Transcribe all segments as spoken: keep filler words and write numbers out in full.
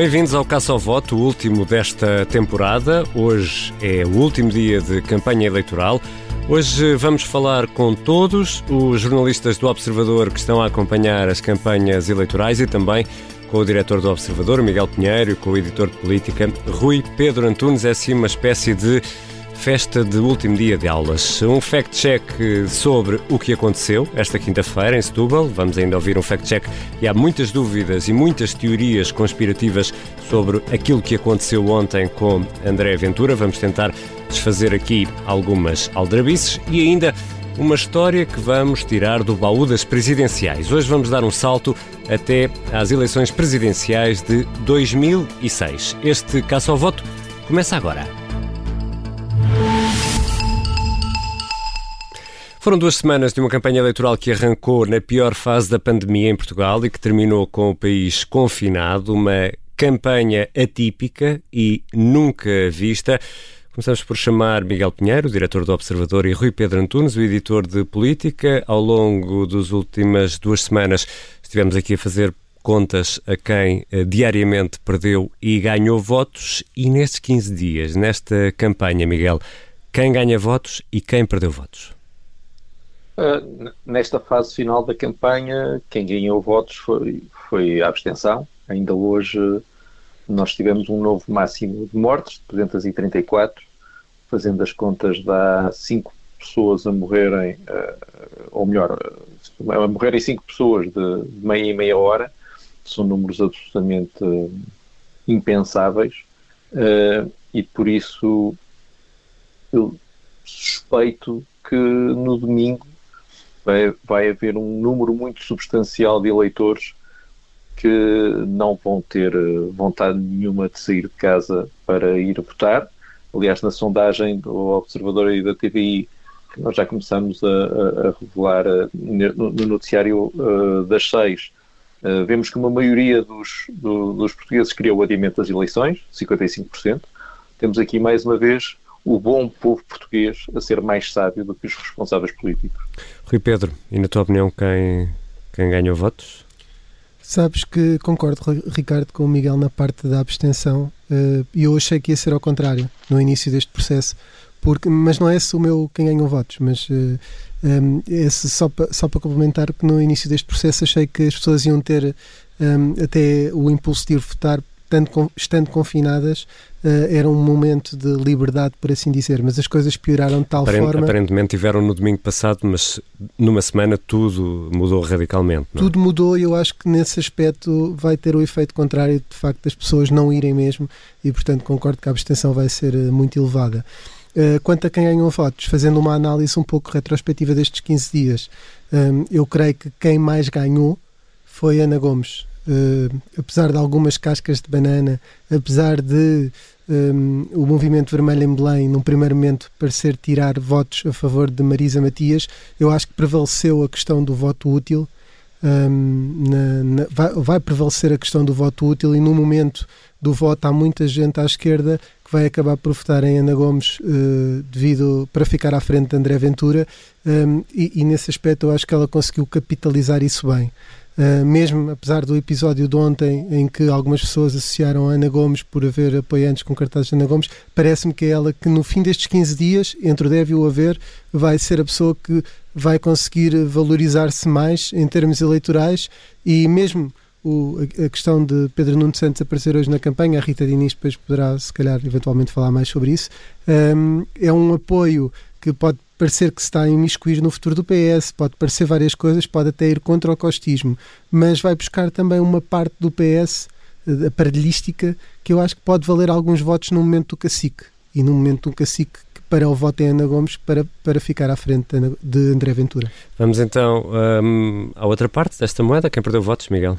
Bem-vindos ao Caça ao Voto, o último desta temporada. Hoje é o último dia de campanha eleitoral. Hoje vamos falar com todos os jornalistas do Observador que estão a acompanhar as campanhas eleitorais e também com o diretor do Observador, Miguel Pinheiro, e com o editor de política, Rui Pedro Antunes. É assim uma espécie de festa de último dia de aulas. Um fact-check sobre o que aconteceu esta quinta-feira em Setúbal. Vamos ainda ouvir um fact-check e há muitas dúvidas e muitas teorias conspirativas sobre aquilo que aconteceu ontem com André Ventura. Vamos tentar desfazer aqui algumas aldrabices e ainda uma história que vamos tirar do baú das presidenciais. Hoje vamos dar um salto até às eleições presidenciais de dois mil e seis. Este Caça ao Voto começa agora. Foram duas semanas de uma campanha eleitoral que arrancou na pior fase da pandemia em Portugal e que terminou com o país confinado, uma campanha atípica e nunca vista. Começamos por chamar Miguel Pinheiro, diretor do Observador, e Rui Pedro Antunes, o editor de política. Ao longo das últimas duas semanas estivemos aqui a fazer contas a quem eh, diariamente perdeu e ganhou votos, e nestes quinze dias, nesta campanha, Miguel, quem ganha votos e quem perdeu votos? Uh, nesta fase final da campanha, quem ganhou votos foi, foi a abstenção. Ainda hoje nós tivemos um novo máximo de mortes, de duzentos e trinta e quatro, fazendo as contas dá cinco pessoas a morrerem, uh, ou melhor, uh, a morrerem cinco pessoas de, de meia em meia hora. São números absolutamente uh, impensáveis, uh, e por isso eu suspeito que no domingo Vai, vai haver um número muito substancial de eleitores que não vão ter vontade nenhuma de sair de casa para ir votar. Aliás, na sondagem do Observador e da T V I, que nós já começamos a, a, a revelar no, no noticiário uh, das seis, uh, vemos que uma maioria dos, do, dos portugueses queria o adiamento das eleições, cinquenta e cinco por cento. Temos aqui, mais uma vez, o bom povo português a ser mais sábio do que os responsáveis políticos. Rui Pedro, e na tua opinião, quem, quem ganhou votos? Sabes que concordo, Ricardo, com o Miguel na parte da abstenção, e eu achei que ia ser ao contrário no início deste processo, porque, mas não é esse o meu quem ganhou votos, mas uh, um, esse, só para só para complementar, que no início deste processo achei que as pessoas iam ter um, até o impulso de ir votar, tanto, estando confinadas. Uh, era um momento de liberdade, por assim dizer, mas as coisas pioraram de tal Aparent, forma... Aparentemente tiveram no domingo passado, mas numa semana tudo mudou radicalmente, não é? Tudo mudou, e eu acho que nesse aspecto vai ter o efeito contrário, de facto, das pessoas não irem mesmo, e portanto concordo que a abstenção vai ser uh, muito elevada. Uh, quanto a quem ganhou votos, fazendo uma análise um pouco retrospectiva destes quinze dias, um, eu creio que quem mais ganhou foi Ana Gomes. Uh, apesar de algumas cascas de banana, apesar de um, o Movimento Vermelho em Belém num primeiro momento parecer tirar votos a favor de Marisa Matias, eu acho que prevaleceu a questão do voto útil. um, na, na, vai, vai prevalecer a questão do voto útil, e no momento do voto há muita gente à esquerda que vai acabar por votar em Ana Gomes uh, devido, para ficar à frente de André Ventura, um, e, e nesse aspecto eu acho que ela conseguiu capitalizar isso bem. Uh, mesmo apesar do episódio de ontem em que algumas pessoas associaram a Ana Gomes por haver apoiantes com cartazes de Ana Gomes, parece-me que é ela que no fim destes quinze dias, entre o deve e o haver, vai ser a pessoa que vai conseguir valorizar-se mais em termos eleitorais. E mesmo o, a, a questão de Pedro Nuno Santos aparecer hoje na campanha, a Rita Diniz depois poderá se calhar eventualmente falar mais sobre isso, um, é um apoio que pode parecer que se está a imiscuir no futuro do P S, pode parecer várias coisas, pode até ir contra o costismo, mas vai buscar também uma parte do P S aparelhística que eu acho que pode valer alguns votos no momento do cacique, e no momento do cacique para o voto em Ana Gomes, para, para ficar à frente de André Ventura. Vamos então um, à outra parte desta moeda. Quem perdeu votos, Miguel?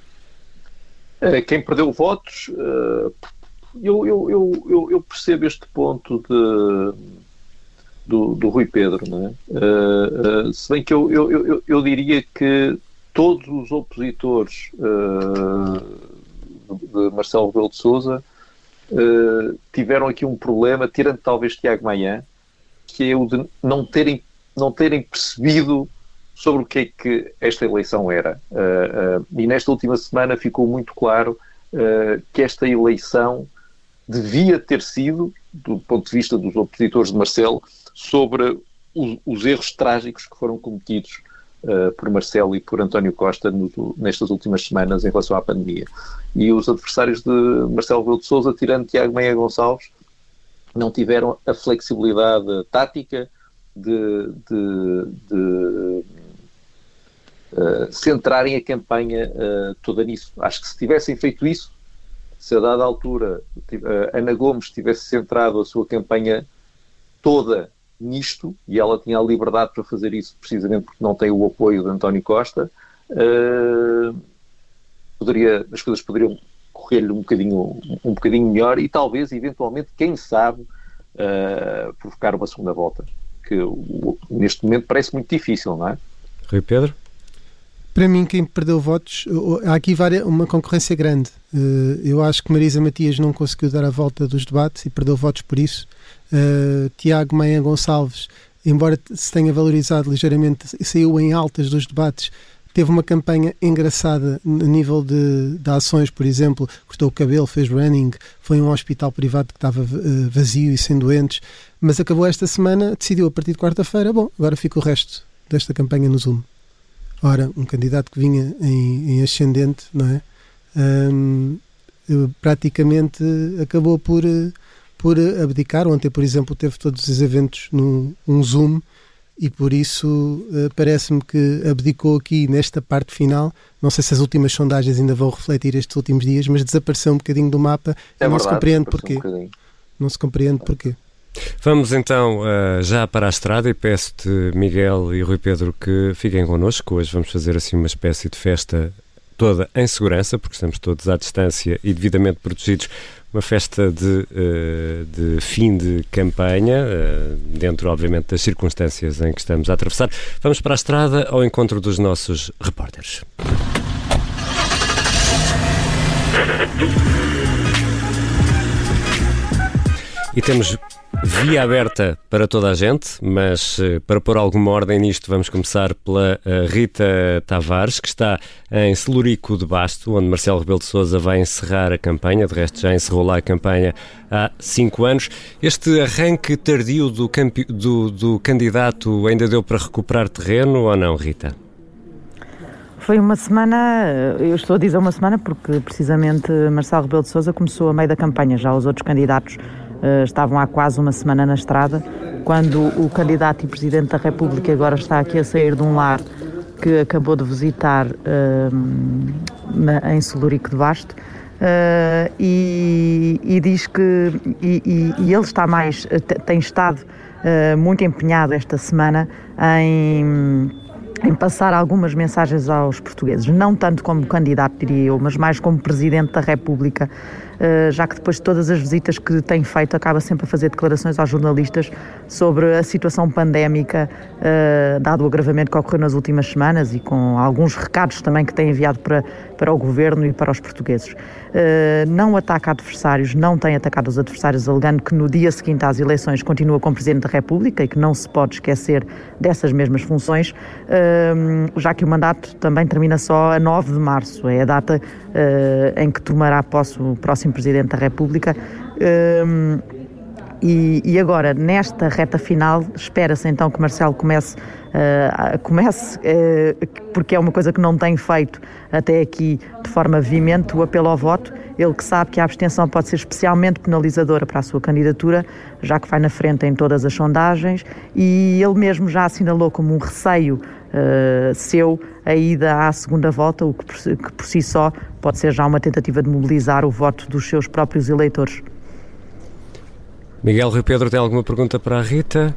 Quem perdeu votos, eu, eu, eu, eu, eu percebo este ponto de Do, do Rui Pedro, não é? Uh, uh, se bem que eu, eu, eu, eu diria que todos os opositores uh, de Marcelo Rebelo de Sousa uh, tiveram aqui um problema, tirando talvez Tiago Maia, que é o de não terem, não terem percebido sobre o que é que esta eleição era. Uh, uh, e nesta última semana ficou muito claro uh, que esta eleição devia ter sido, do ponto de vista dos opositores de Marcelo, sobre os, os erros trágicos que foram cometidos uh, por Marcelo e por António Costa no, nestas últimas semanas em relação à pandemia. E os adversários de Marcelo Rebelo de Sousa, tirando Tiago Meia Gonçalves, não tiveram a flexibilidade tática de, de, de uh, centrarem a campanha uh, toda nisso. Acho que se tivessem feito isso, se a dada altura uh, Ana Gomes tivesse centrado a sua campanha toda nisto, e ela tinha a liberdade para fazer isso precisamente porque não tem o apoio de António Costa, uh, poderia, as coisas poderiam correr-lhe um bocadinho, um bocadinho melhor e talvez, eventualmente, quem sabe, uh, provocar uma segunda volta, que uh, neste momento parece muito difícil, não é? Rui Pedro? Para mim, quem perdeu votos, há aqui várias, uma concorrência grande. Eu acho que Marisa Matias não conseguiu dar a volta dos debates e perdeu votos por isso. Uh, Tiago Meia Gonçalves, embora se tenha valorizado ligeiramente, saiu em altas dos debates, teve uma campanha engraçada a nível de, de ações, por exemplo, cortou o cabelo, fez running, foi a um hospital privado que estava uh, vazio e sem doentes, mas acabou esta semana, decidiu a partir de quarta-feira, bom, agora fica o resto desta campanha no Zoom. Ora, um candidato que vinha em, em ascendente, não é? Um, praticamente acabou por, por abdicar. Ontem, por exemplo, teve todos os eventos num um Zoom e por isso uh, parece-me que abdicou aqui nesta parte final. Não sei se as últimas sondagens ainda vão refletir estes últimos dias, mas desapareceu um bocadinho do mapa é e não verdade, se compreende porquê. Um não se compreende porquê. Vamos então uh, já para a estrada e peço-te, Miguel e Rui Pedro, que fiquem connosco. Hoje vamos fazer assim uma espécie de festa toda em segurança, porque estamos todos à distância e devidamente protegidos. Uma festa de, uh, de fim de campanha, uh, dentro obviamente das circunstâncias em que estamos a atravessar. Vamos para a estrada ao encontro dos nossos repórteres. E temos via aberta para toda a gente, mas para pôr alguma ordem nisto vamos começar pela Rita Tavares, que está em Celurico de Basto, onde Marcelo Rebelo de Sousa vai encerrar a campanha. De resto já encerrou lá a campanha há cinco anos. Este arranque tardio do, campi- do, do candidato ainda deu para recuperar terreno ou não, Rita? Foi uma semana, eu estou a dizer uma semana porque precisamente Marcelo Rebelo de Sousa começou a meio da campanha, já os outros candidatos Uh, estavam há quase uma semana na estrada, quando o candidato e Presidente da República agora está aqui a sair de um lar que acabou de visitar uh, na, em Celurico de Basto uh, e, e diz que e, e, e ele está mais, tem estado uh, muito empenhado esta semana em em passar algumas mensagens aos portugueses, não tanto como candidato, diria eu, mas mais como Presidente da República, já que depois de todas as visitas que tem feito acaba sempre a fazer declarações aos jornalistas sobre a situação pandémica, dado o agravamento que ocorreu nas últimas semanas e com alguns recados também que tem enviado para, para o Governo e para os portugueses. Não ataca adversários, não tem atacado os adversários, alegando que no dia seguinte às eleições continua como Presidente da República e que não se pode esquecer dessas mesmas funções, já que o mandato também termina só a nove de março, é a data em que tomará posse o próximo Presidente da República. E, e agora, nesta reta final, espera-se então que Marcelo comece, uh, comece uh, porque é uma coisa que não tem feito até aqui de forma veemente, o apelo ao voto. Ele que sabe que a abstenção pode ser especialmente penalizadora para a sua candidatura, já que vai na frente em todas as sondagens, e ele mesmo já assinalou como um receio uh, seu a ida à segunda volta, o que por, que por si só pode ser já uma tentativa de mobilizar o voto dos seus próprios eleitores. Miguel, Rui Pedro, tem alguma pergunta para a Rita?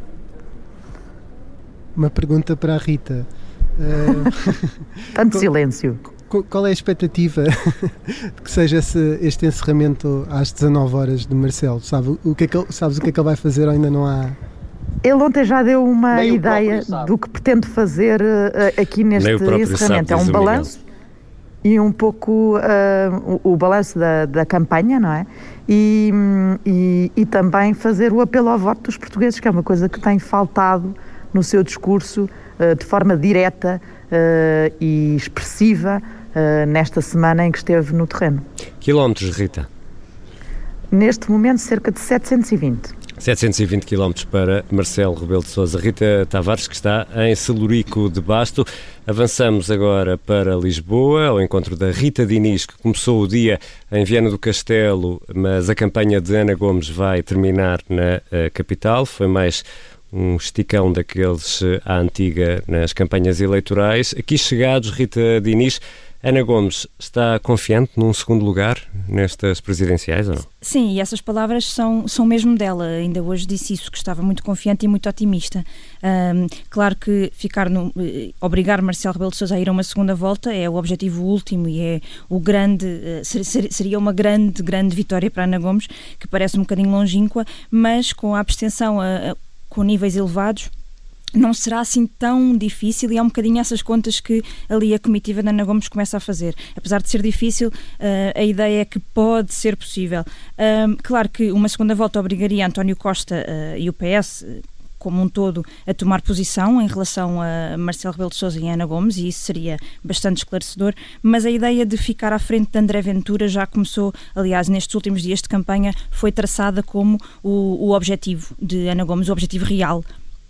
Uma pergunta para a Rita. Uh... Tanto silêncio. Qual é a expectativa de que seja esse, este encerramento às dezanove horas de Marcelo? Sabe, o que é que ele, sabes o que é que ele vai fazer ou ainda não há? Ele ontem já deu uma Nem ideia do que pretende fazer uh, aqui neste encerramento. Sabe, é um balanço e um pouco uh, o, o balanço da, da campanha, não é? E, e, e também fazer o apelo ao voto dos portugueses, que é uma coisa que tem faltado no seu discurso uh, de forma direta uh, e expressiva uh, nesta semana em que esteve no terreno. Quilómetros, Rita? Neste momento, cerca de setecentos e vinte. setecentos e vinte quilómetros para Marcelo Rebelo de Sousa. Rita Tavares, que está em Celurico de Basto. Avançamos agora para Lisboa, ao encontro da Rita Diniz, que começou o dia em Viana do Castelo, mas a campanha de Ana Gomes vai terminar na uh, capital. Foi mais um esticão daqueles uh, à antiga nas campanhas eleitorais. Aqui chegados, Rita Diniz, Ana Gomes está confiante num segundo lugar nestas presidenciais ou não? Sim, e essas palavras são, são mesmo dela. Ainda hoje disse isso, que estava muito confiante e muito otimista. Um, claro que ficar no, obrigar Marcelo Rebelo de Sousa a ir a uma segunda volta é o objetivo último e é o grande, seria uma grande, grande vitória para Ana Gomes, que parece um bocadinho longínqua, mas com a abstenção a, a, com níveis elevados, não será assim tão difícil, e há um bocadinho essas contas que ali a comitiva da Ana Gomes começa a fazer. Apesar de ser difícil, uh, a ideia é que pode ser possível. Uh, claro que uma segunda volta obrigaria António Costa uh, e o P S, uh, como um todo, a tomar posição em relação a Marcelo Rebelo de Sousa e Ana Gomes, e isso seria bastante esclarecedor, mas a ideia de ficar à frente de André Ventura já começou, aliás, nestes últimos dias de campanha, foi traçada como o, o objetivo de Ana Gomes, o objetivo real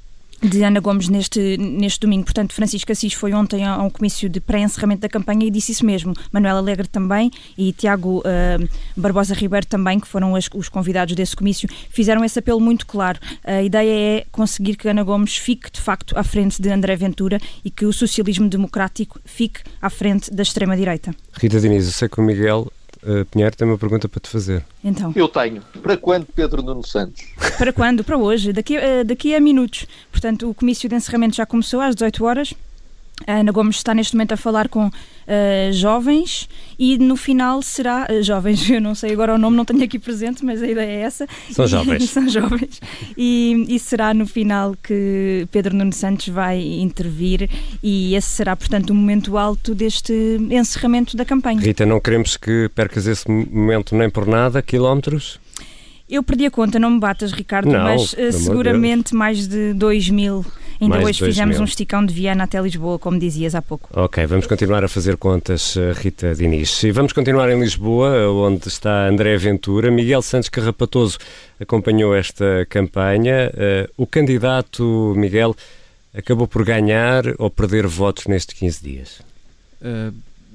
de Ana Gomes neste, neste domingo. Portanto, Francisco Assis foi ontem a um comício de pré-encerramento da campanha e disse isso mesmo. Manuel Alegre também e Tiago uh, Barbosa Ribeiro também, que foram as, os convidados desse comício, fizeram esse apelo muito claro. A ideia é conseguir que Ana Gomes fique, de facto, à frente de André Ventura e que o socialismo democrático fique à frente da extrema-direita. Rita Diniz, eu sei que o Miguel Uh, Pinheiro tem uma pergunta para te fazer. Então. Eu tenho. Para quando Pedro Nuno Santos? Para quando? Para hoje. Daqui, uh, daqui a minutos. Portanto, o comício de encerramento já começou às dezoito horas. A Ana Gomes está neste momento a falar com uh, jovens e no final será... Uh, jovens, eu não sei agora o nome, não tenho aqui presente, mas a ideia é essa. São jovens. São jovens. E, e será no final que Pedro Nuno Santos vai intervir e esse será, portanto, o momento alto deste encerramento da campanha. Rita, não queremos que percas esse momento nem por nada, quilómetros? Eu perdi a conta, não me batas, Ricardo, não, mas uh, seguramente mais de dois mil. Ainda mais hoje fizemos mil. um esticão de Viana até Lisboa, como dizias há pouco. Ok, vamos continuar a fazer contas, Rita Diniz. E vamos continuar em Lisboa, onde está André Ventura. Miguel Santos Carrapatoso acompanhou esta campanha. Uh, o candidato, Miguel, acabou por ganhar ou perder votos nestes quinze dias? Uh,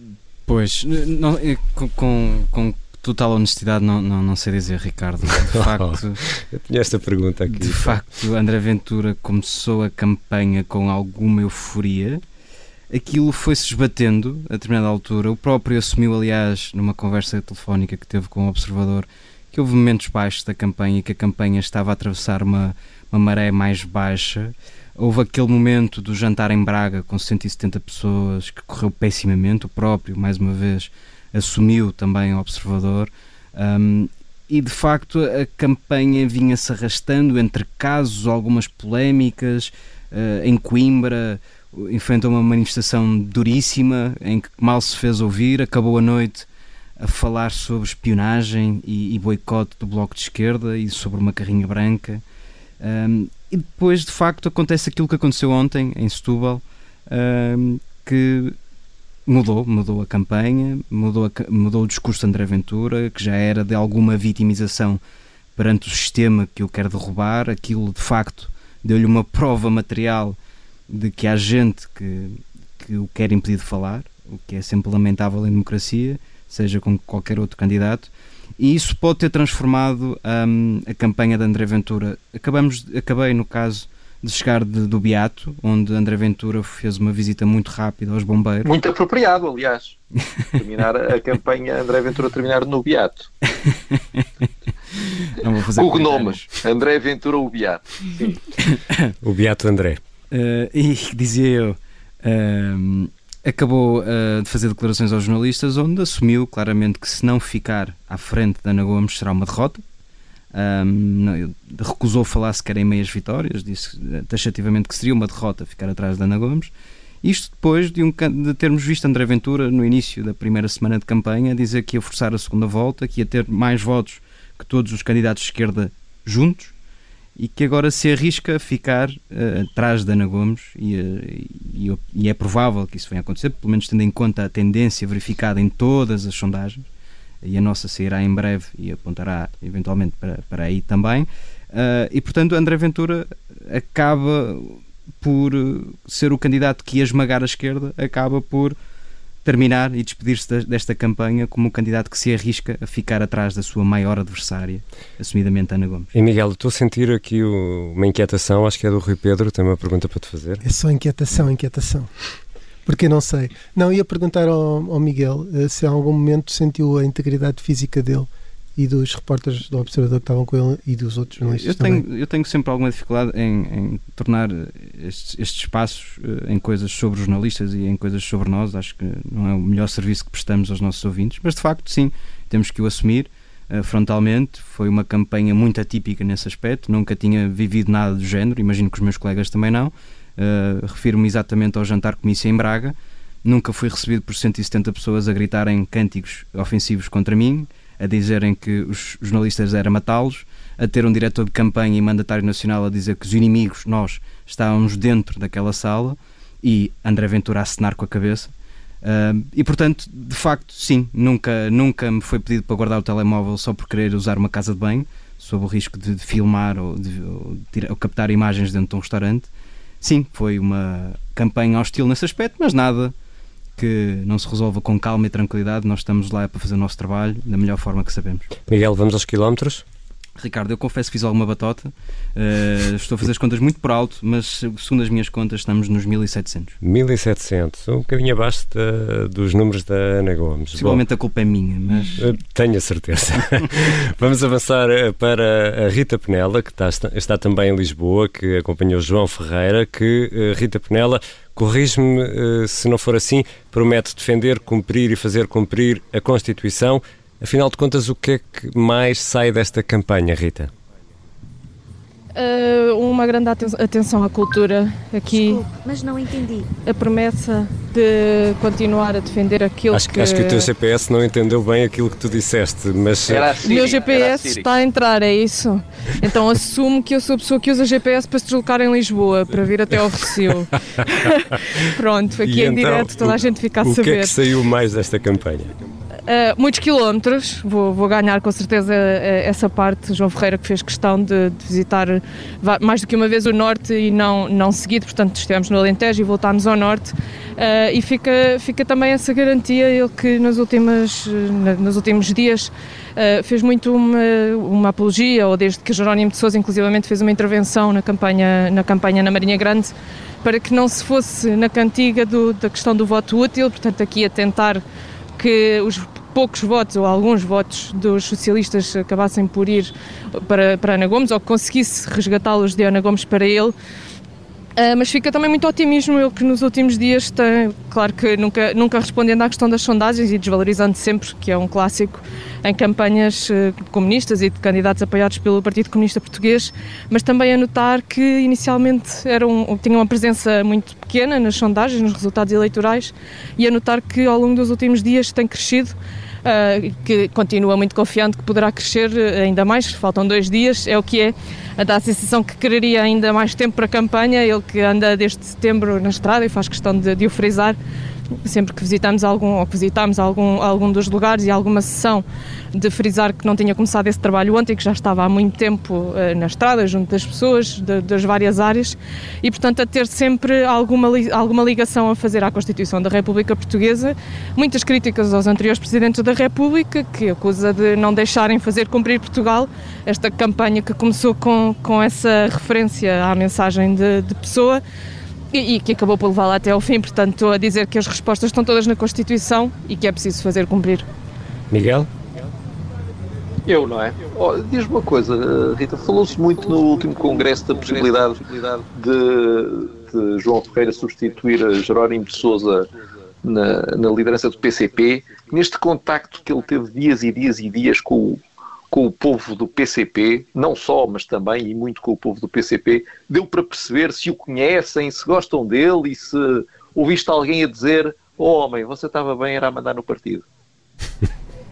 pois, não, com... com, com... total honestidade, não, não, não sei dizer, Ricardo. De facto, eu tinha esta pergunta aqui. De facto, André Ventura começou a campanha com alguma euforia. Aquilo foi-se esbatendo a determinada altura. O próprio assumiu, aliás, numa conversa telefónica que teve com o Observador, que houve momentos baixos da campanha e que a campanha estava a atravessar uma, uma maré mais baixa. Houve aquele momento do jantar em Braga com cento e setenta pessoas que correu pessimamente. O próprio, mais uma vez, assumiu também o Observador, um, e de facto a campanha vinha-se arrastando entre casos, algumas polémicas. Uh, em Coimbra enfrentou uma manifestação duríssima em que mal se fez ouvir, acabou a noite a falar sobre espionagem e, e boicote do Bloco de Esquerda e sobre uma carrinha branca, um, e depois de facto acontece aquilo que aconteceu ontem em Setúbal, um, que Mudou, mudou a campanha, mudou, a, mudou o discurso de André Ventura, que já era de alguma vitimização perante o sistema que o quer derrubar. Aquilo, de facto, deu-lhe uma prova material de que há gente que, que o quer impedir de falar, o que é sempre lamentável em democracia, seja com qualquer outro candidato. E isso pode ter transformado um, a campanha de André Ventura. Acabamos, acabei, no caso, de chegar de, do Beato, onde André Ventura fez uma visita muito rápida aos bombeiros. Muito apropriado, aliás. Terminar a campanha, André Ventura terminar no Beato. Não vou fazer o nome, André Ventura o Beato. Sim. O Beato André. Uh, e dizia eu, uh, acabou uh, de fazer declarações aos jornalistas, onde assumiu claramente que se não ficar à frente de Ana Gomes será uma derrota. Um, recusou falar sequer em meias vitórias, disse taxativamente que seria uma derrota ficar atrás de Ana Gomes. Isto depois de, um, de termos visto André Ventura no início da primeira semana de campanha dizer que ia forçar a segunda volta, que ia ter mais votos que todos os candidatos de esquerda juntos, e que agora se arrisca a ficar uh, atrás de Ana Gomes e, uh, e, e é provável que isso venha a acontecer, pelo menos tendo em conta a tendência verificada em todas as sondagens, e a nossa sairá em breve e apontará eventualmente para, para aí também, uh, e portanto André Ventura acaba por ser o candidato que ia esmagar a esquerda, acaba por terminar e despedir-se desta campanha como o candidato que se arrisca a ficar atrás da sua maior adversária, assumidamente Ana Gomes. E Miguel, estou a sentir aqui uma inquietação, acho que é do Rui Pedro, tem uma pergunta para te fazer. É só inquietação, inquietação. Porque não sei. Não, ia perguntar ao, ao Miguel uh, se em algum momento sentiu a integridade física dele e dos repórteres do Observador que estavam com ele e dos outros jornalistas eu tenho, também. Eu tenho sempre alguma dificuldade em, em tornar estes, estes espaços uh, em coisas sobre jornalistas e em coisas sobre nós. Acho que não é o melhor serviço que prestamos aos nossos ouvintes, mas de facto sim, temos que o assumir uh, frontalmente. Foi uma campanha muito atípica nesse aspecto, nunca tinha vivido nada do género, imagino que os meus colegas também não. Uh, refiro-me exatamente ao jantar comício em Braga. Nunca fui recebido por cento e setenta pessoas a gritarem cânticos ofensivos contra mim, a dizerem que os jornalistas eram matá-los, a ter um diretor de campanha e mandatário nacional a dizer que os inimigos, nós, estávamos dentro daquela sala, e André Ventura a acenar com a cabeça. Uh, e portanto, de facto, sim, nunca, nunca me foi pedido para guardar o telemóvel só por querer usar uma casa de banho, sob o risco de, de filmar ou, de, ou, de, ou captar imagens dentro de um restaurante. Sim, foi uma campanha hostil nesse aspecto, mas nada que não se resolva com calma e tranquilidade. Nós estamos lá para fazer o nosso trabalho da melhor forma que sabemos. Miguel, vamos aos quilómetros? Ricardo, eu confesso que fiz alguma batota. Uh, estou a fazer as contas muito por alto, mas segundo as minhas contas estamos nos mil e setecentos. mil e setecentos, um bocadinho abaixo da, dos números da Ana Gomes. Possivelmente Bom, a culpa é minha, mas... Tenho a certeza. Vamos avançar para a Rita Penela, que está, está também em Lisboa, que acompanhou João Ferreira, que uh, Rita Penela, corrige-me uh, se não for assim, promete defender, cumprir e fazer cumprir a Constituição. Afinal de contas, o que é que mais sai desta campanha, Rita? Uh, uma grande atenção à cultura aqui. Desculpe, mas não entendi. A promessa de continuar a defender aquilo acho, que... Acho que o teu G P S não entendeu bem aquilo que tu disseste, mas... O meu G P S está a entrar, é isso? Então assumo que eu sou a pessoa que usa G P S para se deslocar em Lisboa, para vir até ao Recio. Pronto, aqui e em então, direto toda a gente fica a o saber. O que é que saiu mais desta campanha? Uh, muitos quilómetros, vou, vou ganhar com certeza uh, essa parte. João Ferreira que fez questão de, de visitar mais do que uma vez o Norte e não, não seguido, portanto estivemos no Alentejo e voltámos ao Norte, uh, e fica, fica também essa garantia, ele que nas últimas, nos últimos dias uh, fez muito uma, uma apologia, ou desde que Jerónimo de Sousa inclusivamente fez uma intervenção na campanha na, campanha na Marinha Grande, para que não se fosse na cantiga do, da questão do voto útil, portanto aqui a tentar que os poucos votos ou alguns votos dos socialistas acabassem por ir para, para Ana Gomes, ou que conseguisse resgatá-los de Ana Gomes para ele. Uh, mas fica também muito otimismo, ele que nos últimos dias tem, claro que nunca, nunca respondendo à questão das sondagens e desvalorizando sempre, que é um clássico em campanhas uh, comunistas e de candidatos apoiados pelo Partido Comunista Português, mas também a notar que inicialmente era um, tinha uma presença muito pequena nas sondagens, nos resultados eleitorais, e a notar que ao longo dos últimos dias tem crescido. Uh, que continua muito confiante que poderá crescer ainda mais, faltam dois dias, é o que é, dá a sensação que quereria ainda mais tempo para a campanha, ele que anda desde setembro na estrada e faz questão de, de o frisar, sempre que visitamos algum, ou que visitámos algum, algum dos lugares e alguma sessão, de frisar que não tinha começado esse trabalho ontem, que já estava há muito tempo uh, na estrada, junto das pessoas, de, das várias áreas, e portanto a ter sempre alguma, li, alguma ligação a fazer à Constituição da República Portuguesa. Muitas críticas aos anteriores Presidentes da República, que acusa de não deixarem fazer cumprir Portugal, esta campanha que começou com, com essa referência à mensagem de, de Pessoa, E, e que acabou por levá-la até ao fim, portanto estou a dizer que as respostas estão todas na Constituição e que é preciso fazer cumprir. Miguel? Eu, não é? Oh, diz-me uma coisa, Rita, falou-se muito no último congresso da possibilidade de, de João Ferreira substituir a Jerónimo de Sousa na, na liderança do P C P, neste contacto que ele teve dias e dias e dias com o com o povo do P C P, não só, mas também e muito com o povo do P C P, deu para perceber se o conhecem, se gostam dele e se ouviste alguém a dizer: oh homem, você estava bem, era a mandar no partido.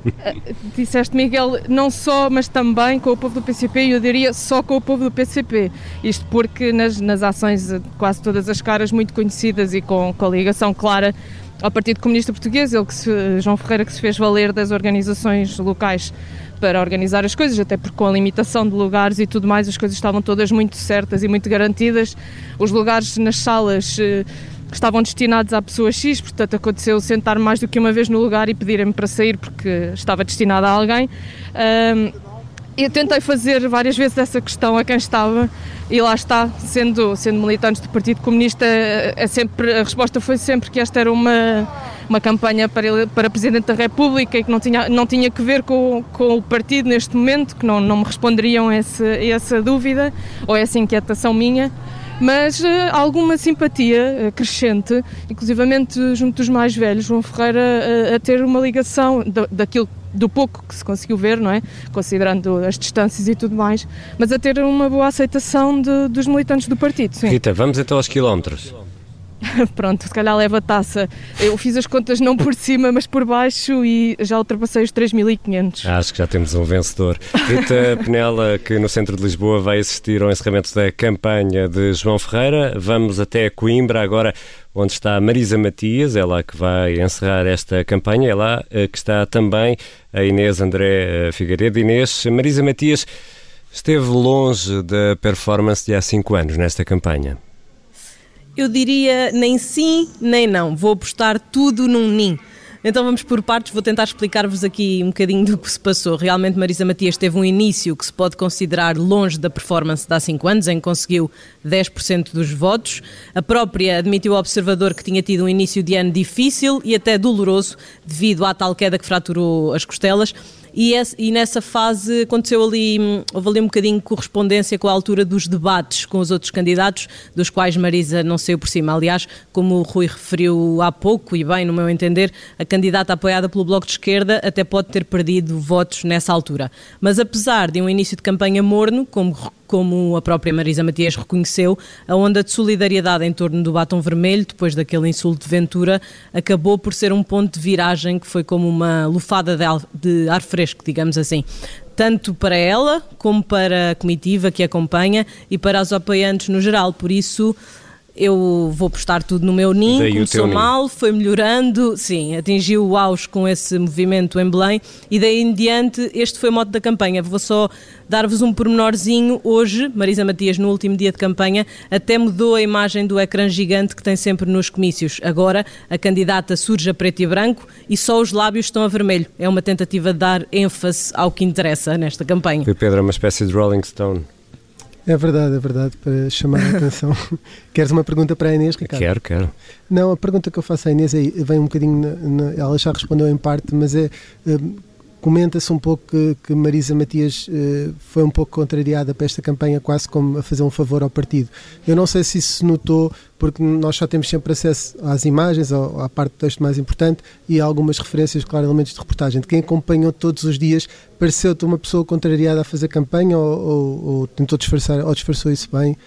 Disseste, Miguel, não só, mas também com o povo do P C P, e eu diria só com o povo do P C P. Isto porque nas, nas ações de quase todas as caras muito conhecidas e com, com a ligação clara ao Partido Comunista Português, ele que se, João Ferreira, que se fez valer das organizações locais para organizar as coisas, até porque com a limitação de lugares e tudo mais, as coisas estavam todas muito certas e muito garantidas. Os lugares nas salas eh, estavam destinados à pessoa X, portanto aconteceu sentar mais do que uma vez no lugar e pedirem-me para sair porque estava destinada a alguém. Um, eu tentei fazer várias vezes essa questão a quem estava, e lá está, sendo, sendo militantes do Partido Comunista, é sempre, a resposta foi sempre que esta era uma, uma campanha para, ele, para Presidente da República e que não tinha, não tinha que ver com, com o partido neste momento, que não, não me responderiam essa, essa dúvida ou essa inquietação minha. Mas uh, alguma simpatia uh, crescente, inclusivamente junto dos mais velhos, João Ferreira uh, a ter uma ligação da, daquilo, do pouco que se conseguiu ver, não é? Considerando as distâncias e tudo mais, mas a ter uma boa aceitação de, dos militantes do partido. Sim. Rita, vamos então aos quilómetros. Pronto, se calhar leva a taça. Eu fiz as contas não por cima, mas por baixo, e já ultrapassei os três mil e quinhentos. Acho que já temos um vencedor. Rita Penela, que no centro de Lisboa vai assistir ao encerramento da campanha de João Ferreira. Vamos até Coimbra agora, onde está Marisa Matias, é lá que vai encerrar esta campanha. É lá que está também a Inês André Figueiredo. Inês, Marisa Matias esteve longe da performance de há cinco anos nesta campanha. Eu diria nem sim, nem não. Vou apostar tudo num nim. Então vamos por partes, vou tentar explicar-vos aqui um bocadinho do que se passou. Realmente Marisa Matias teve um início que se pode considerar longe da performance de há cinco anos, em que conseguiu dez por cento dos votos. A própria admitiu ao Observador que tinha tido um início de ano difícil e até doloroso, devido à tal queda que fraturou as costelas. E, esse, e nessa fase aconteceu ali, houve ali um bocadinho de correspondência com a altura dos debates com os outros candidatos, dos quais Marisa não saiu por cima. Aliás, como o Rui referiu há pouco, e bem, no meu entender, a candidata apoiada pelo Bloco de Esquerda até pode ter perdido votos nessa altura. Mas apesar de um início de campanha morno, como Como a própria Marisa Matias reconheceu, a onda de solidariedade em torno do batom vermelho, depois daquele insulto de Ventura, acabou por ser um ponto de viragem que foi como uma lufada de ar, de ar fresco, digamos assim. Tanto para ela, como para a comitiva que acompanha e para os apoiantes no geral. Por isso, eu vou postar tudo no meu ninho, começou mal, foi melhorando, sim, atingiu o auge com esse movimento em Belém e daí em diante este foi o mote da campanha. Vou só dar-vos um pormenorzinho. Hoje, Marisa Matias, no último dia de campanha, até mudou a imagem do ecrã gigante que tem sempre nos comícios. Agora, a candidata surge a preto e branco e só os lábios estão a vermelho. É uma tentativa de dar ênfase ao que interessa nesta campanha. E Pedro é uma espécie de Rolling Stone. É verdade, é verdade, para chamar a atenção. Queres uma pergunta para a Inês, Ricardo? Quero, quero. Não, a pergunta que eu faço à Inês é, vem um bocadinho, na, na, ela já respondeu em parte, mas é, um, comenta-se um pouco que, que Marisa Matias uh, foi um pouco contrariada para esta campanha, quase como a fazer um favor ao partido. Eu não sei se isso se notou, porque nós só temos sempre acesso às imagens, ao, à parte do texto mais importante e a algumas referências, claro, elementos de reportagem. De quem acompanhou todos os dias, pareceu-te uma pessoa contrariada a fazer campanha ou, ou, ou tentou disfarçar, ou disfarçou isso bem?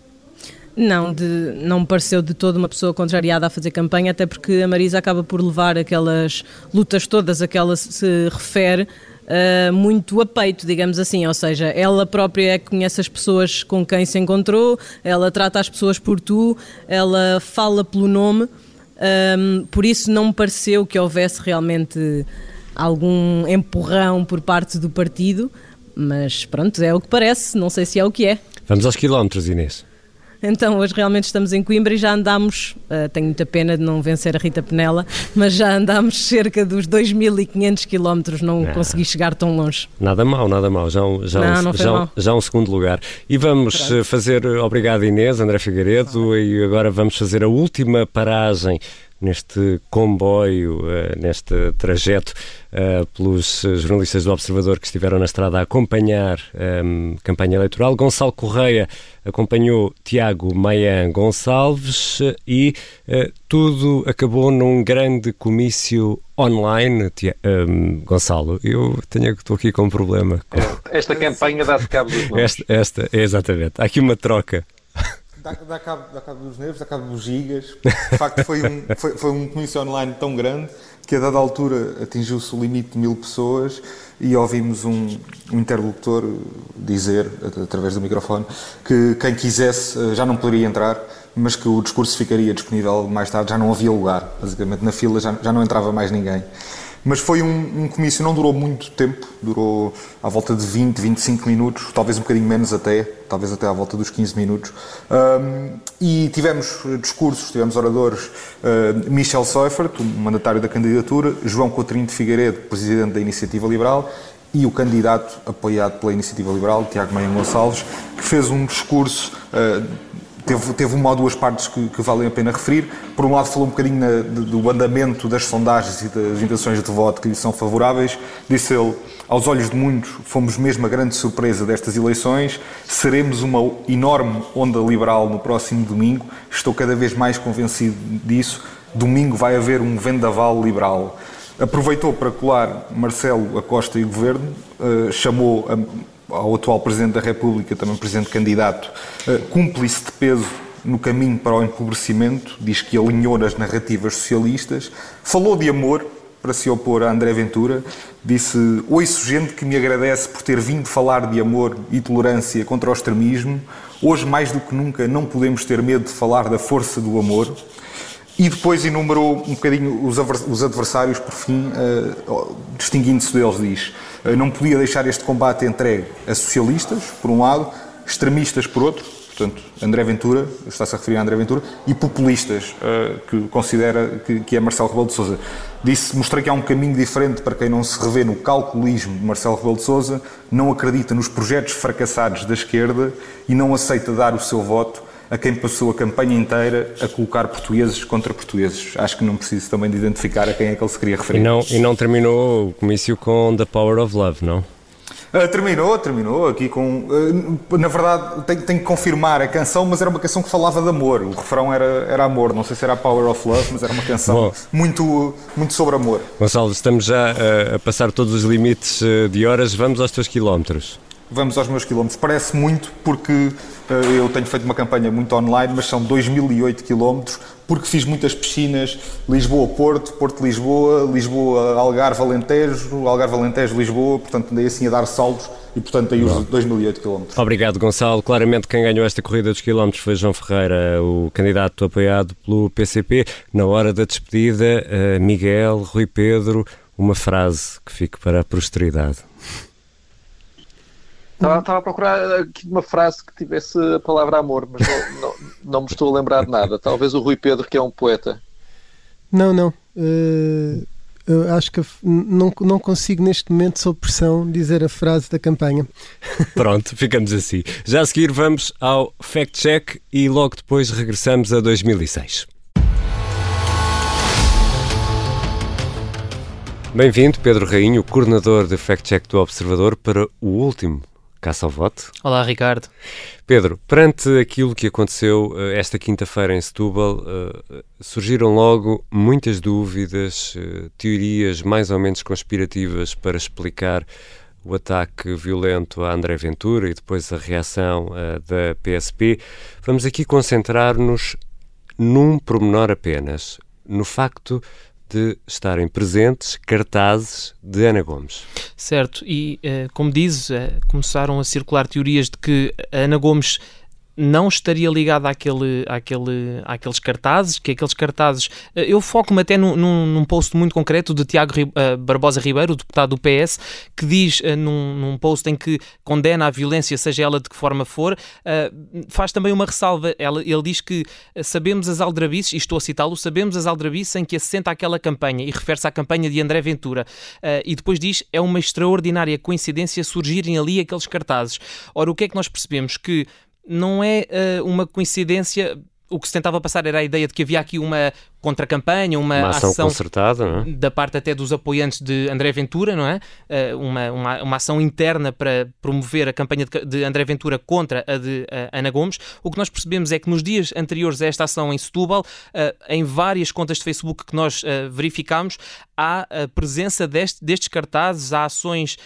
Não, de, não me pareceu de todo uma pessoa contrariada a fazer campanha, até porque a Marisa acaba por levar aquelas lutas todas a que ela se refere uh, muito a peito, digamos assim, ou seja, ela própria é que conhece as pessoas com quem se encontrou, ela trata as pessoas por tu, ela fala pelo nome, um, por isso não me pareceu que houvesse realmente algum empurrão por parte do partido, mas pronto, é o que parece, não sei se é o que é. Vamos aos quilómetros, Inês. Então, hoje realmente estamos em Coimbra e já andámos, uh, tenho muita pena de não vencer a Rita Penela, mas já andámos cerca dos dois mil e quinhentos quilómetros, não, não consegui chegar tão longe. Nada mal, nada mal, já, já, não, um, não já, mal. já um segundo lugar. E vamos Pronto. fazer, obrigado Inês, André Figueiredo, e agora vamos fazer a última paragem neste comboio, uh, neste trajeto, uh, pelos jornalistas do Observador que estiveram na estrada a acompanhar a um, campanha eleitoral. Gonçalo Correia acompanhou Tiago Maian Gonçalves e uh, tudo acabou num grande comício online. Tia, um, Gonçalo, eu tenho, estou aqui com um problema. Esta campanha dá-se cabo dos nomes. Esta, esta, exatamente. Há aqui uma troca. Dá, dá, cabo, dá cabo dos nervos, dá cabo dos gigas. De facto, foi um, foi, foi um comício online tão grande que a dada altura atingiu-se o limite de mil pessoas e ouvimos um, um interlocutor dizer, através do microfone, que quem quisesse já não poderia entrar, mas que o discurso ficaria disponível mais tarde, já não havia lugar. Basicamente, na fila já, já não entrava mais ninguém. Mas foi um, um comício, não durou muito tempo, durou à volta de vinte, vinte e cinco minutos, talvez um bocadinho menos até, talvez até à volta dos quinze minutos. Um, e tivemos discursos, tivemos oradores, uh, Michel Seufert, o mandatário da candidatura, João Coutrinho de Figueiredo, presidente da Iniciativa Liberal, e o candidato apoiado pela Iniciativa Liberal, Tiago Maia Gonçalves, que fez um discurso... Uh, Teve, teve uma ou duas partes que, que valem a pena referir. Por um lado, falou um bocadinho na, de, do andamento das sondagens e das intenções de voto que lhe são favoráveis. Disse ele, aos olhos de muitos, fomos mesmo a grande surpresa destas eleições. Seremos uma enorme onda liberal no próximo domingo. Estou cada vez mais convencido disso. Domingo vai haver um vendaval liberal. Aproveitou para colar Marcelo Acosta e o Governo, uh, chamou a, ao atual Presidente da República, também Presidente candidato, uh, cúmplice de peso no caminho para o empobrecimento, diz que alinhou nas narrativas socialistas, falou de amor para se opor a André Ventura, disse, ouço gente que me agradece por ter vindo falar de amor e tolerância contra o extremismo, hoje mais do que nunca não podemos ter medo de falar da força do amor. E depois enumerou um bocadinho os adversários, por fim, uh, distinguindo-se deles, diz. Uh, não podia deixar este combate entregue a socialistas, por um lado, extremistas, por outro, portanto, André Ventura, está-se a referir a André Ventura, e populistas, uh, que considera que, que é Marcelo Rebelo de Sousa. Disse, mostrei que há um caminho diferente para quem não se revê no calculismo de Marcelo Rebelo de Sousa, não acredita nos projetos fracassados da esquerda e não aceita dar o seu voto a quem passou a campanha inteira a colocar portugueses contra portugueses. Acho que não preciso também de identificar a quem é que ele se queria referir. E não, e não terminou o comício com The Power of Love, não? Uh, terminou, terminou aqui com... Uh, na verdade, tenho, tenho que confirmar a canção, mas era uma canção que falava de amor. O refrão era, era amor. Não sei se era Power of Love, mas era uma canção muito, muito sobre amor. Gonçalo, estamos já a, a passar todos os limites de horas. Vamos aos teus quilómetros. Vamos aos meus quilómetros. Parece muito porque uh, eu tenho feito uma campanha muito online, mas são dois mil e oito quilómetros, porque fiz muitas piscinas, Lisboa-Porto, Porto-Lisboa, Lisboa-Algarve-Alentejo, Algarve-Alentejo-Lisboa, portanto andei assim a dar saltos e portanto aí os dois mil e oito quilómetros. Obrigado, Gonçalo. Claramente quem ganhou esta corrida dos quilómetros foi João Ferreira, o candidato apoiado pelo P C P. Na hora da despedida, uh, Miguel, Rui Pedro, uma frase que fique para a posteridade. Estava, estava a procurar aqui uma frase que tivesse a palavra amor, mas não, não, não me estou a lembrar de nada. Talvez o Rui Pedro, que é um poeta. Não, não. Uh, eu acho que não, não consigo neste momento, sob pressão, dizer a frase da campanha. Pronto, ficamos assim. Já a seguir vamos ao Fact Check e logo depois regressamos a dois mil e seis. Bem-vindo, Pedro Rainho, coordenador de Fact Check do Observador, para o último Caça ao Voto. Olá, Ricardo. Pedro, perante aquilo que aconteceu uh, esta quinta-feira em Setúbal, uh, surgiram logo muitas dúvidas, uh, teorias mais ou menos conspirativas para explicar o ataque violento a André Ventura e depois a reação uh, da P S P. Vamos aqui concentrar-nos num pormenor apenas, no facto de estarem presentes cartazes de Ana Gomes. Certo, e uh, como dizes, uh, começaram a circular teorias de que a Ana Gomes não estaria ligada àquele, àquele, àqueles cartazes, que aqueles cartazes... Eu foco-me até num, num post muito concreto de Tiago Barbosa Ribeiro, o deputado do P S, que diz num, num post em que condena a violência, seja ela de que forma for, faz também uma ressalva. Ele diz que sabemos as aldrabices, e estou a citá-lo, sabemos as aldrabices em que assenta aquela campanha, e refere-se à campanha de André Ventura. E depois diz, é uma extraordinária coincidência surgirem ali aqueles cartazes. Ora, o que é que nós percebemos? Que não é uh, uma coincidência. O que se tentava passar era a ideia de que havia aqui uma contra-campanha, uma, uma ação, ação concertada, não é? Da parte até dos apoiantes de André Ventura, não é? Uh, uma, uma, uma ação interna para promover a campanha de, de André Ventura contra a de uh, Ana Gomes. O que nós percebemos é que nos dias anteriores a esta ação em Setúbal, uh, em várias contas de Facebook que nós uh, verificámos, há a presença deste, destes cartazes, há ações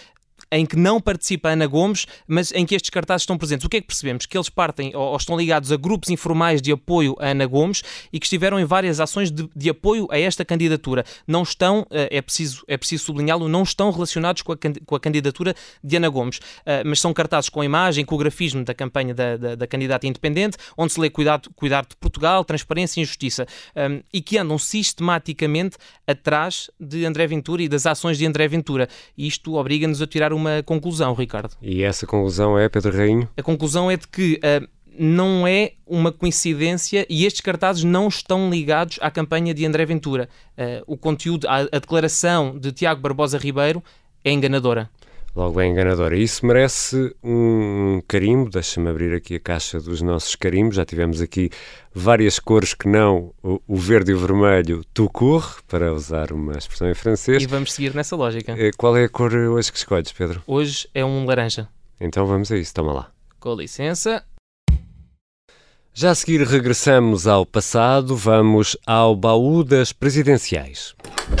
em que não participa a Ana Gomes, mas em que estes cartazes estão presentes. O que é que percebemos? Que eles partem ou, ou estão ligados a grupos informais de apoio a Ana Gomes e que estiveram em várias ações de, de apoio a esta candidatura. Não estão, é preciso, é preciso sublinhá-lo, não estão relacionados com a, com a candidatura de Ana Gomes, mas são cartazes com a imagem, com o grafismo da campanha da, da, da candidata independente, onde se lê cuidado, cuidar de Portugal, transparência e injustiça, e que andam sistematicamente atrás de André Ventura e das ações de André Ventura. E isto obriga-nos a tirar uma conclusão, Ricardo. E essa conclusão é, Pedro Rainho? A conclusão é de que uh, não é uma coincidência e estes cartazes não estão ligados à campanha de André Ventura. Uh, o conteúdo, a, a declaração de Tiago Barbosa Ribeiro é enganadora. Logo é enganadora. Isso merece um carimbo. Deixa-me abrir aqui a caixa dos nossos carimbos. Já tivemos aqui várias cores que não o verde e o vermelho tout court, para usar uma expressão em francês. E vamos seguir nessa lógica. Qual é a cor hoje que escolhes, Pedro? Hoje é um laranja. Então vamos a isso. Toma lá. Com licença. Já a seguir regressamos ao passado. Vamos ao baú das presidenciais.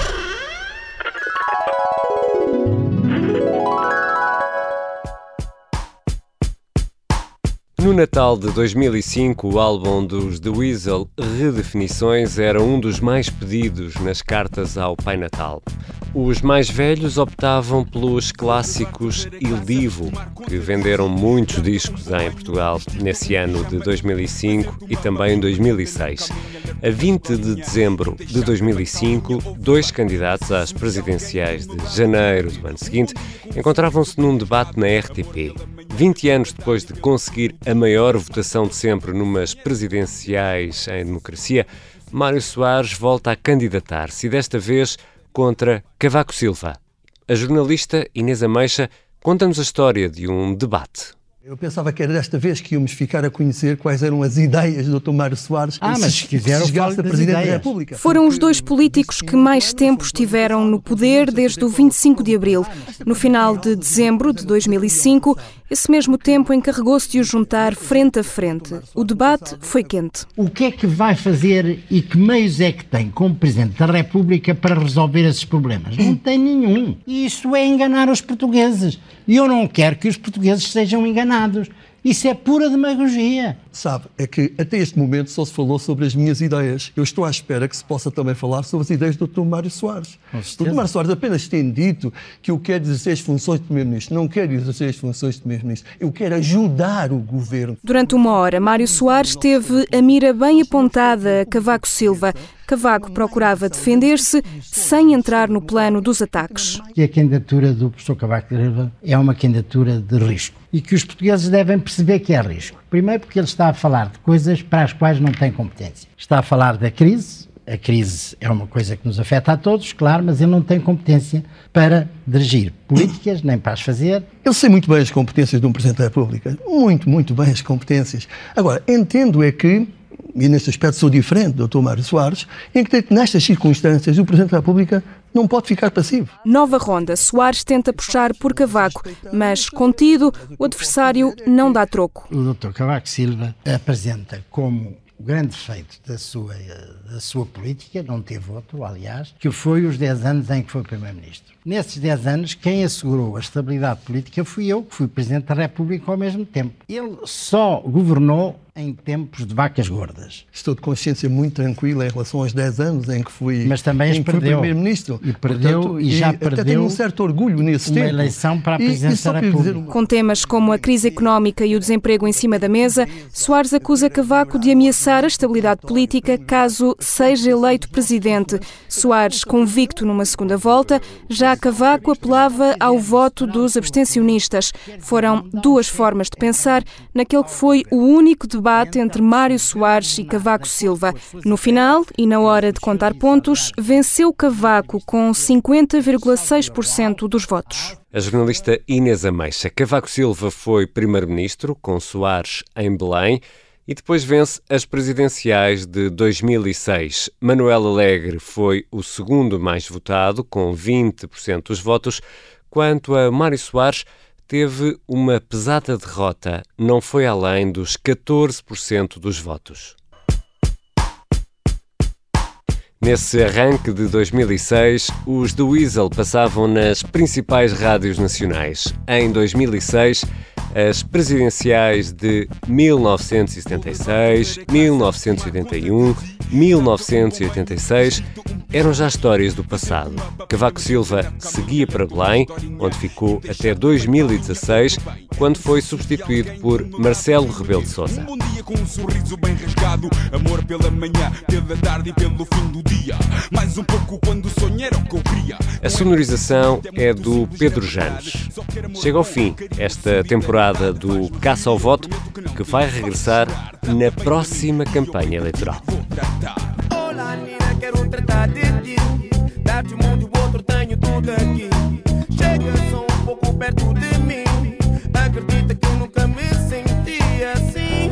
No Natal de dois mil e cinco, o álbum dos The Weasel, Redefinições, era um dos mais pedidos nas cartas ao Pai Natal. Os mais velhos optavam pelos clássicos Il Divo, que venderam muitos discos em Portugal nesse ano de dois mil e cinco e também em dois mil e seis. A vinte de dezembro de dois mil e cinco, dois candidatos às presidenciais de janeiro do ano seguinte encontravam-se num debate na R T P. vinte anos depois de conseguir a maior votação de sempre numas presidenciais em democracia, Mário Soares volta a candidatar-se e desta vez contra Cavaco Silva. A jornalista Inês Ameixa conta-nos a história de um debate. Eu pensava que era desta vez que íamos ficar a conhecer quais eram as ideias do doutor Mário Soares ah, mas se quiser, se chegasse a Presidente da República. Foram os dois políticos que mais tempo estiveram no poder desde o vinte e cinco de abril. No final de dezembro de dois mil e cinco, esse mesmo tempo encarregou-se de os juntar frente a frente. O debate foi quente. O que é que vai fazer e que meios é que tem como Presidente da República para resolver esses problemas? Não tem nenhum. E isso é enganar os portugueses. E eu não quero que os portugueses sejam enganados. Isso é pura demagogia. Sabe, é que até este momento só se falou sobre as minhas ideias. Eu estou à espera que se possa também falar sobre as ideias do doutor Mário Soares. O doutor Mário Soares apenas tem dito que eu quero exercer as funções de Primeiro-Ministro. Não quero exercer as funções de Primeiro-Ministro. Eu quero ajudar o Governo. Durante uma hora, Mário Soares teve a mira bem apontada a Cavaco Silva. Cavaco procurava defender-se sem entrar no plano dos ataques. Que a candidatura do professor Cavaco Silva é uma candidatura de risco e que os portugueses devem perceber que é risco. Primeiro porque ele está a falar de coisas para as quais não tem competência. Está a falar da crise. A crise é uma coisa que nos afeta a todos, claro, mas ele não tem competência para dirigir políticas, nem para as fazer. Eu sei muito bem as competências de um Presidente da República. Muito, muito bem as competências. Agora, entendo é que, e neste aspecto sou diferente do doutor Mário Soares, em que nestas circunstâncias o Presidente da República não pode ficar passivo. Nova ronda. Soares tenta puxar por Cavaco, mas, contido, o adversário não dá troco. O doutor Cavaco Silva apresenta como o grande feito da sua, da sua política, não teve outro, aliás, que foi os dez anos em que foi Primeiro-Ministro. Nesses dez anos, quem assegurou a estabilidade política fui eu, que fui Presidente da República ao mesmo tempo. Ele só governou em tempos de vacas gordas. Estou de consciência muito tranquila em relação aos dez anos em que fui, Mas também em que fui Primeiro-Ministro. E perdeu, Portanto, e já e perdeu até tenho um certo orgulho nesse uma tempo. eleição para a Presidência da República. Com temas como a crise económica e o desemprego em cima da mesa, Soares acusa Cavaco de ameaçar a estabilidade política caso seja eleito Presidente. Soares, convicto numa segunda volta, já Cavaco apelava ao voto dos abstencionistas. Foram duas formas de pensar naquele que foi o único debate entre Mário Soares e Cavaco Silva. No final, e na hora de contar pontos, venceu Cavaco com cinquenta vírgula seis por cento dos votos. A jornalista Inês Ameixa. Cavaco Silva foi Primeiro-Ministro, com Soares em Belém, e depois vence as presidenciais de dois mil e seis. Manuel Alegre foi o segundo mais votado, com vinte por cento dos votos, quanto a Mário Soares teve uma pesada derrota, não foi além dos catorze por cento dos votos. Nesse arranque de dois mil e seis, os The Weasel passavam nas principais rádios nacionais. Em dois mil e seis, as presidenciais de mil novecentos e setenta e seis, mil novecentos e oitenta e um, mil novecentos e oitenta e seis eram já histórias do passado. Cavaco Silva seguia para Belém, onde ficou até dois mil e dezasseis, quando foi substituído por Marcelo Rebelo de Sousa. Um dia com um sorriso bem rasgado, amor pela manhã, pela tarde e pelo fim do dia. Mais um pouco quando sonhei era o que eu queria. A sonorização é do Pedro Janos. Chega ao fim esta temporada do Caça ao Voto, que vai regressar na próxima campanha eleitoral. Olá, Nina, quero tratar de ti. Dar-te um mundo e o outro tenho tudo aqui. Chega só um pouco perto de mim. Acredita que eu nunca me senti assim.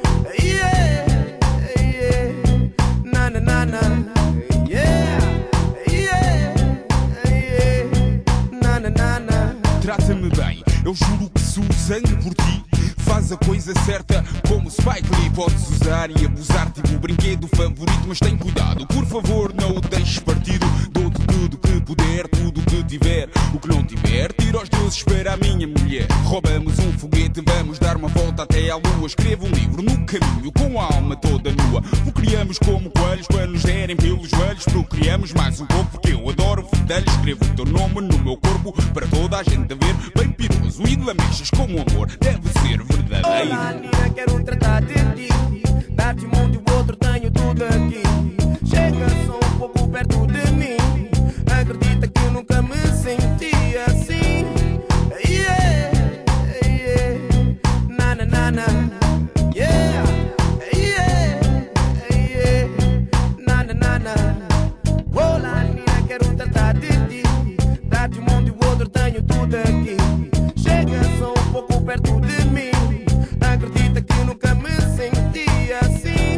Yeah, yeah, na na na na. Yeah, yeah, yeah, na na na na. Trata-me bem, eu juro que sou sangue por ti. Faz a coisa certa como Spike Lee. Podes usar e abusar, tipo o brinquedo favorito, mas tem cuidado, por favor, não o deixes partido. Dou-te tudo que puder, tudo que tiver. O que não tiver, tira os deuses para a minha mulher. Roubamos um foguete, vamos dar uma volta até à lua. Escrevo um livro no caminho com a alma toda nua. O criamos como coelhos para nos derem pelos joelhos. Procriamos mais um pouco porque eu adoro fedelhos. Escrevo o teu nome no meu corpo para toda a gente ver. Bem piroso e de lamechas como amor deve ser verdadeiro. Olá, Nina, quero tratar de ti. Dar-te um mundo e o outro tenho tudo aqui. Chega só um pouco perto de mim. Acredita que eu nunca me senti assim. Yeah, yeah, na na na na. Yeah, yeah, yeah, na na na na. Olá, Nina, quero tratar de ti. Dar-te um mundo e o outro tenho tudo aqui. Chega só um pouco perto de mim. Acredita que eu nunca me senti assim.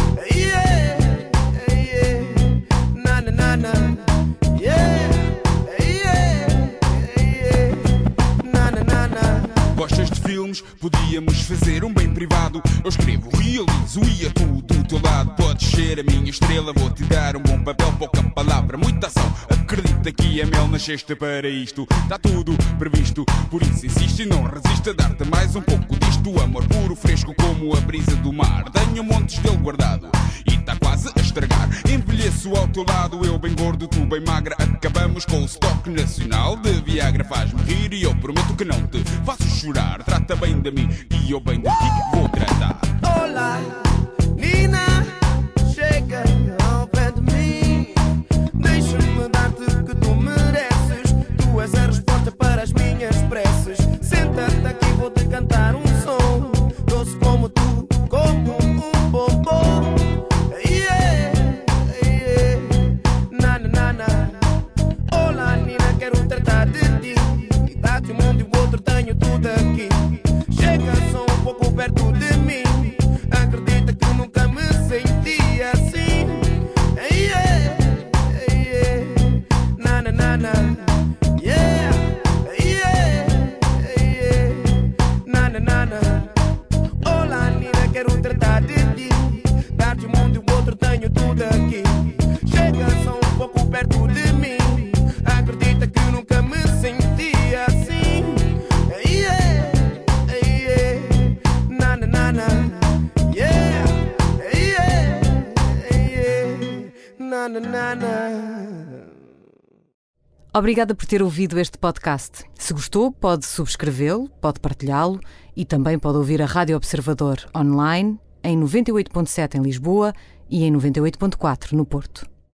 Yeah, yeah, na na na na. Yeah, yeah, yeah, na na na na. Gostas de filmes? Podíamos fazer um bem privado. Eu escrevo, realizo e atuo do teu lado. Podes ser a minha estrela, vou-te dar um bom papel, pouca palavra, muita ação. Acredita que é mel, nasceste para isto. Está tudo previsto, por isso insiste e não resiste a dar-te mais um pouco disto. Amor puro, fresco como a brisa do mar. Tenho montes dele guardado e está quase a estragar. Envelheço ao teu lado, eu bem gordo, tu bem magra. Acabamos com o estoque nacional de Viagra. Faz-me rir e eu prometo que não te faço chorar. Trata bem de mim e eu bem de ti vou tratar. Olá, Nina, chega ao pé de mim. Deixa-me dar-te o que tu mereces. Tu és a resposta para as minhas preces. Senta-te aqui, vou-te cantar um som. Doce como tu, como um bombom. Yeah, yeah, na na na na. Olá, Nina, quero tratar de ti. E dar-te um mundo e o outro tenho tudo aqui. Chega só um pouco perto de mim. Acredita que eu nunca me senti assim. Yeah, yeah, na na na na. Yeah, yeah, yeah, na na na na. Olá, Nina, quero tratar de ti. Dar-te um mundo e o outro tenho tudo aqui. Chega só um pouco perto de mim. Acredita que eu nunca me senti assim. Yeah, yeah, na na na na. Yeah, yeah, yeah, na na na na. Obrigada por ter ouvido este podcast. Se gostou, pode subscrevê-lo, pode partilhá-lo e também pode ouvir a Rádio Observador online em noventa e oito ponto sete em Lisboa e em noventa e oito ponto quatro no Porto.